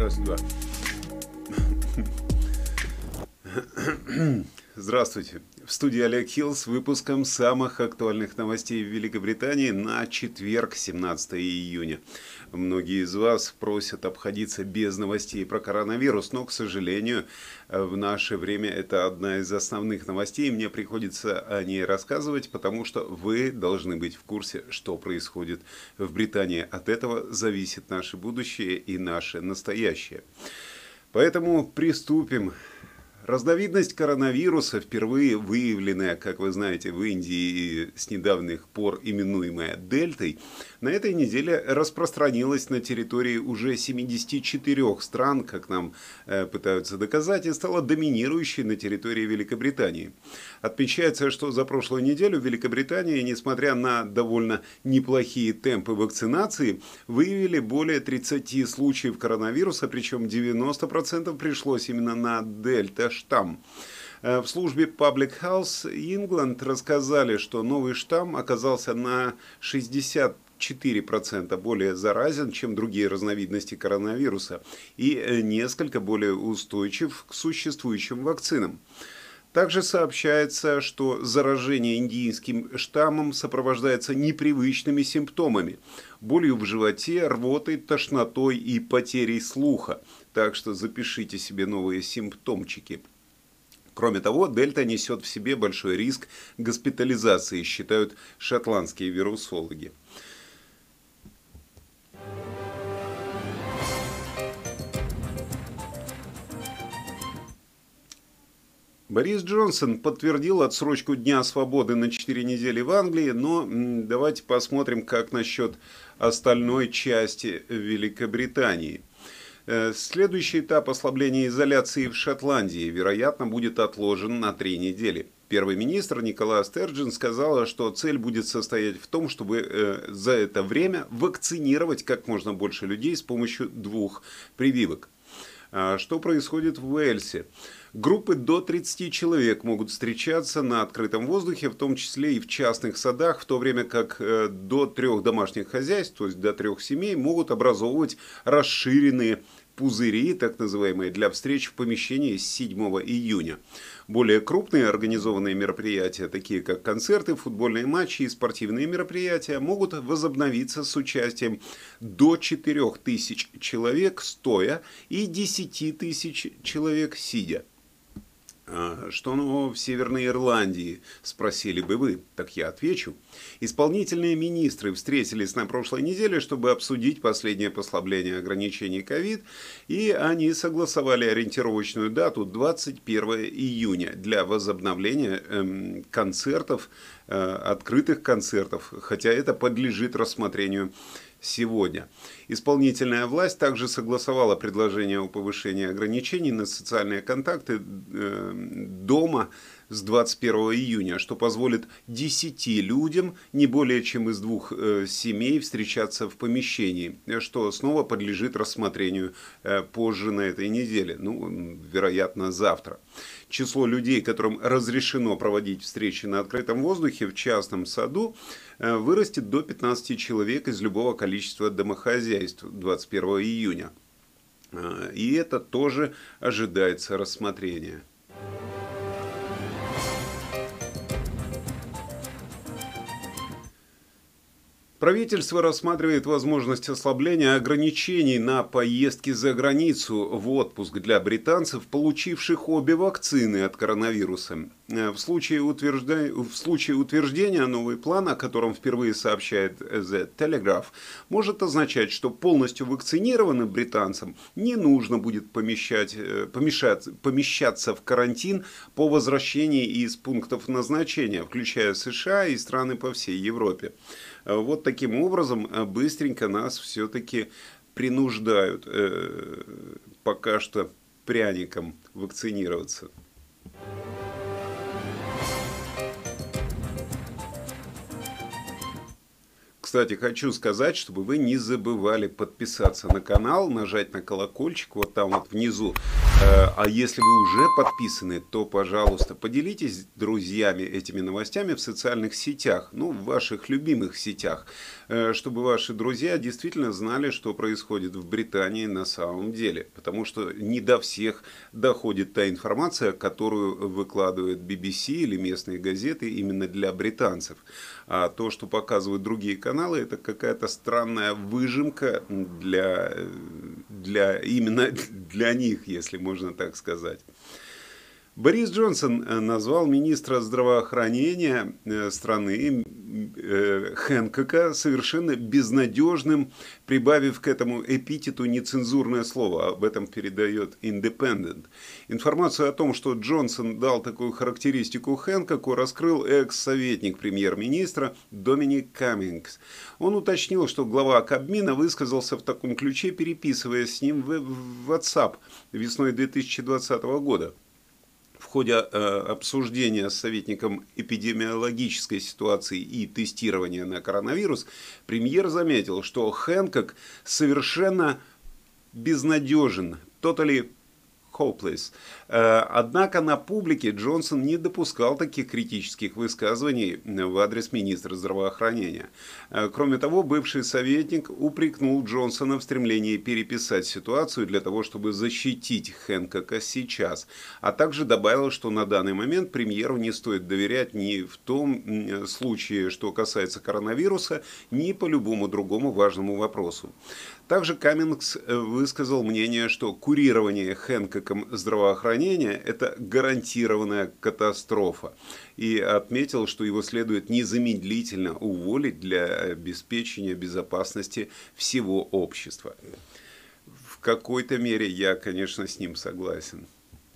Раз, два. Здравствуйте. В студии Олег Хилл с выпуском самых актуальных новостей в Великобритании на четверг, 17 июня. Многие из вас просят обходиться без новостей про коронавирус, но, к сожалению, в наше время это одна из основных новостей. Мне приходится о ней рассказывать, потому что вы должны быть в курсе, что происходит в Британии. От этого зависит наше будущее и наше настоящее. Поэтому приступим. Разновидность коронавируса, впервые выявленная, как вы знаете, в Индии и с недавних пор именуемая дельтой, на этой неделе распространилась на территории уже 74 стран, как нам пытаются доказать, и стала доминирующей на территории Великобритании. Отмечается, что за прошлую неделю в Великобритании, несмотря на довольно неплохие темпы вакцинации, выявили более 30 случаев коронавируса, причем 90% пришлось именно на дельта-штамм. В службе Public Health England рассказали, что новый штамм оказался на 64% более заразен, чем другие разновидности коронавируса, и несколько более устойчив к существующим вакцинам. Также сообщается, что заражение индийским штаммом сопровождается непривычными симптомами – болью в животе, рвотой, тошнотой и потерей слуха. Так что запишите себе новые симптомчики. Кроме того, дельта несет в себе большой риск госпитализации, считают шотландские вирусологи. Борис Джонсон подтвердил отсрочку Дня свободы на 4 недели в Англии, но давайте посмотрим, как насчет остальной части Великобритании. Следующий этап ослабления изоляции в Шотландии, вероятно, будет отложен на 3 недели. Первый министр Никола Стерджен сказала, что цель будет состоять в том, чтобы за это время вакцинировать как можно больше людей с помощью 2 прививок. Что происходит в Уэльсе? Группы до 30 человек могут встречаться на открытом воздухе, в том числе и в частных садах, в то время как до 3 домашних хозяйств, то есть до 3 семей, могут образовывать расширенные пузыри, так называемые, для встреч в помещении с 7 июня. Более крупные организованные мероприятия, такие как концерты, футбольные матчи и спортивные мероприятия, могут возобновиться с участием до 4000 человек стоя и 10 тысяч человек сидя. Что нового в Северной Ирландии, спросили бы вы, так я отвечу. Исполнительные министры встретились на прошлой неделе, чтобы обсудить последнее послабление ограничений ковид, и они согласовали ориентировочную дату 21 июня для возобновления концертов, открытых концертов, хотя это подлежит рассмотрению сегодня. Исполнительная власть также согласовала предложение о повышении ограничений на социальные контакты дома с 21 июня, что позволит 10 людям, не более чем из 2 семей, встречаться в помещении, что снова подлежит рассмотрению позже на этой неделе, вероятно, завтра. Число людей, которым разрешено проводить встречи на открытом воздухе в частном саду, вырастет до 15 человек из любого количества домохозяйств 21 июня. И это тоже ожидается рассмотрения. Правительство рассматривает возможность ослабления ограничений на поездки за границу в отпуск для британцев, получивших обе вакцины от коронавируса. В случае утверждения новый план, о котором впервые сообщает The Telegraph, может означать, что полностью вакцинированным британцам не нужно будет помещаться в карантин по возвращении из пунктов назначения, включая США и страны по всей Европе. Вот таким образом быстренько нас все-таки принуждают пока что пряником вакцинироваться. Кстати, хочу сказать, чтобы вы не забывали подписаться на канал, нажать на колокольчик вот там вот внизу, А если вы уже подписаны, то, пожалуйста, поделитесь с друзьями этими новостями в социальных сетях, ну, в ваших любимых сетях, чтобы ваши друзья действительно знали, что происходит в Британии на самом деле. Потому что не до всех доходит та информация, которую выкладывает BBC или местные газеты именно для британцев. А то, что показывают другие каналы, это какая-то странная выжимка именно для них, если можно так сказать. Борис Джонсон назвал министра здравоохранения страны Хэнкока совершенно безнадежным, прибавив к этому эпитету нецензурное слово. Об этом передает Independent. Информацию о том, что Джонсон дал такую характеристику Хэнкоку, раскрыл экс-советник премьер-министра Доминик Каммингс. Он уточнил, что глава Кабмина высказался в таком ключе, переписываясь с ним в WhatsApp весной 2020 года. В ходе обсуждения с советником эпидемиологической ситуации и тестирования на коронавирус премьер заметил, что Хэнкок совершенно безнадежен, totally hopeless. Однако на публике Джонсон не допускал таких критических высказываний в адрес министра здравоохранения. Кроме того, бывший советник упрекнул Джонсона в стремлении переписать ситуацию для того, чтобы защитить Хэнкока сейчас, а также добавил, что на данный момент премьеру не стоит доверять ни в том случае, что касается коронавируса, ни по любому другому важному вопросу. Также Каммингс высказал мнение, что курирование Хэнкоком здравоохранения – это гарантированная катастрофа. И отметил, что его следует незамедлительно уволить для обеспечения безопасности всего общества. В какой-то мере я, конечно, с ним согласен.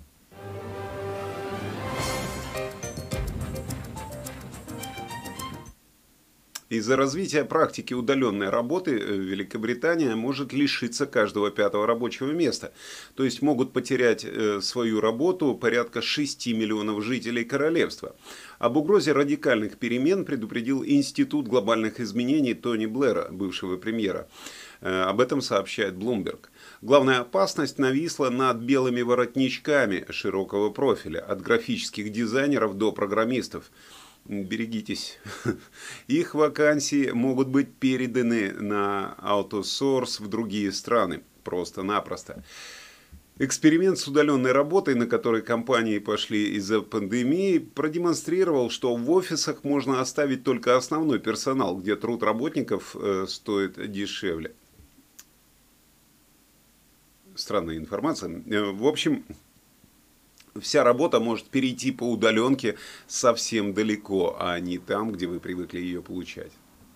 Из-за развития практики удаленной работы Великобритания может лишиться каждого пятого рабочего места. То есть могут потерять свою работу порядка 6 миллионов жителей королевства. Об угрозе радикальных перемен предупредил Институт глобальных изменений Тони Блэра, бывшего премьера. Об этом сообщает Bloomberg. Главная опасность нависла над белыми воротничками широкого профиля, от графических дизайнеров до программистов. Берегитесь. Их вакансии могут быть переданы на аутсорс в другие страны. Просто-напросто. Эксперимент с удаленной работой, на который компании пошли из-за пандемии, продемонстрировал, что в офисах можно оставить только основной персонал, где труд работников стоит дешевле. Странная информация. В общем, вся работа может перейти по удаленке совсем далеко, а не там, где вы привыкли ее получать.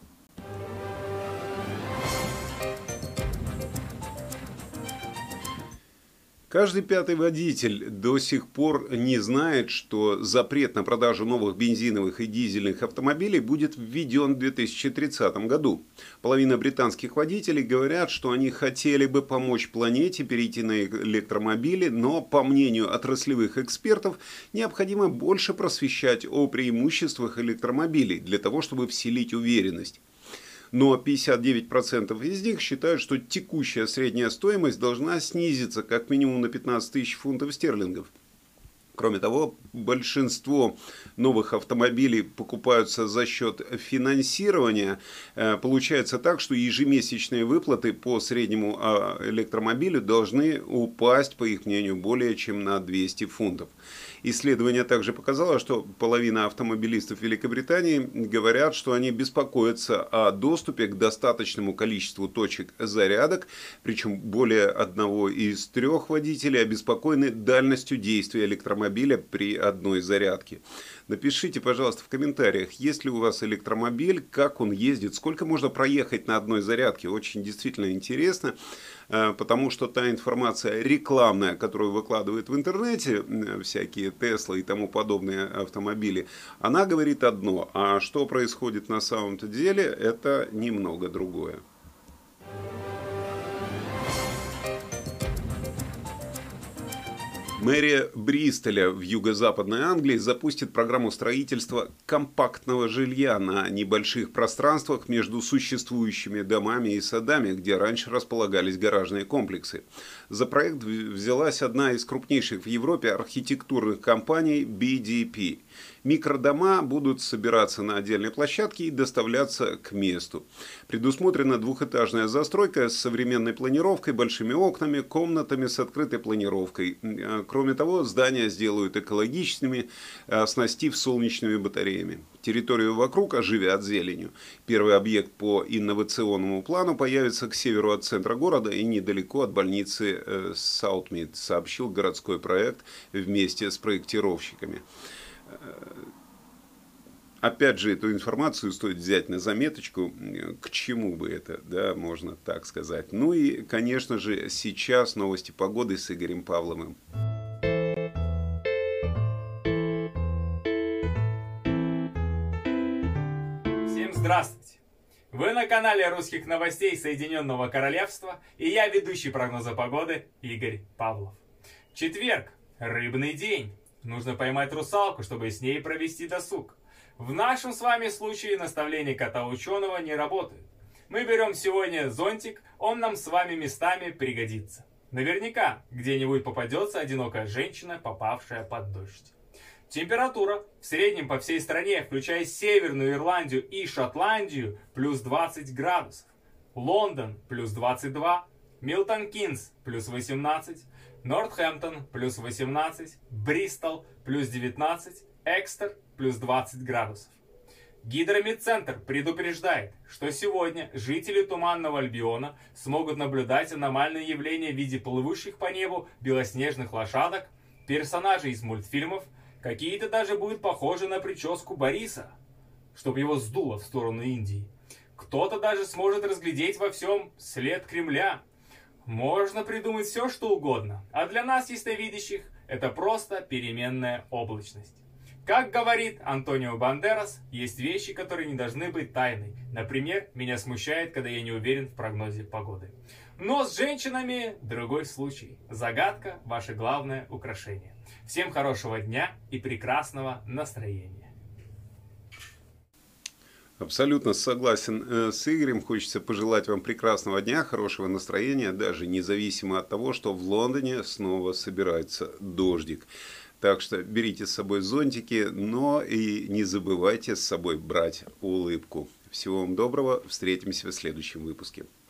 Каждый пятый водитель до сих пор не знает, что запрет на продажу новых бензиновых и дизельных автомобилей будет введен в 2030 году. Половина британских водителей говорят, что они хотели бы помочь планете перейти на электромобили, но, по мнению отраслевых экспертов, необходимо больше просвещать о преимуществах электромобилей для того, чтобы вселить уверенность. Но 59% из них считают, что текущая средняя стоимость должна снизиться как минимум на 15 тысяч фунтов стерлингов. Кроме того, большинство новых автомобилей покупаются за счет финансирования. Получается так, что ежемесячные выплаты по среднему электромобилю должны упасть, по их мнению, более чем на 200 фунтов. Исследование также показало, что половина автомобилистов Великобритании говорят, что они беспокоятся о доступе к достаточному количеству точек зарядок, причем более одного из 3 водителей обеспокоены дальностью действия электромобиля при одной зарядке. Напишите, пожалуйста, в комментариях, есть ли у вас электромобиль, как он ездит, сколько можно проехать на одной зарядке. Очень действительно интересно, потому что та информация рекламная, которую выкладывают в интернете, всякие Tesla и тому подобные автомобили, она говорит одно, а что происходит на самом-то деле, это немного другое. Мэрия Бристоля в юго-западной Англии запустит программу строительства компактного жилья на небольших пространствах между существующими домами и садами, где раньше располагались гаражные комплексы. За проект взялась одна из крупнейших в Европе архитектурных компаний BDP. Микродома будут собираться на отдельной площадке и доставляться к месту. Предусмотрена двухэтажная застройка с современной планировкой, большими окнами, комнатами с открытой планировкой. Кроме того, здания сделают экологичными, оснастив солнечными батареями. Территорию вокруг оживят зеленью. Первый объект по инновационному плану появится к северу от центра города и недалеко от больницы Саутмид, сообщил городской проект вместе с проектировщиками. Опять же, эту информацию стоит взять на заметочку, к чему бы это, да, можно так сказать. Ну и, конечно же, сейчас новости погоды с Игорем Павловым. Всем здравствуйте! Вы на канале русских новостей Соединенного Королевства, и я ведущий прогноза погоды Игорь Павлов. Четверг. Рыбный день. Нужно поймать русалку, чтобы с ней провести досуг. В нашем с вами случае наставления кота-ученого не работают. Мы берем сегодня зонтик, он нам с вами местами пригодится. Наверняка где-нибудь попадется одинокая женщина, попавшая под дождь. Температура в среднем по всей стране, включая Северную Ирландию и Шотландию, плюс 20 градусов. Лондон плюс 22, Милтон Кинс плюс 18, Нортхэмптон плюс 18, Бристол плюс 19, Экстер плюс 20 градусов. Гидрометцентр предупреждает, что сегодня жители Туманного Альбиона смогут наблюдать аномальные явления в виде плывущих по небу белоснежных лошадок, персонажей из мультфильмов, какие-то даже будут похожи на прическу Бориса, чтобы его сдуло в сторону Индии. Кто-то даже сможет разглядеть во всем след Кремля. Можно придумать все, что угодно, а для нас, ясновидящих, это просто переменная облачность. Как говорит Антонио Бандерас, есть вещи, которые не должны быть тайной. Например, меня смущает, когда я не уверен в прогнозе погоды. Но с женщинами другой случай. Загадка – ваше главное украшение. Всем хорошего дня и прекрасного настроения. Абсолютно согласен с Игорем. Хочется пожелать вам прекрасного дня, хорошего настроения, даже независимо от того, что в Лондоне снова собирается дождик. Так что берите с собой зонтики, но и не забывайте с собой брать улыбку. Всего вам доброго, встретимся в следующем выпуске.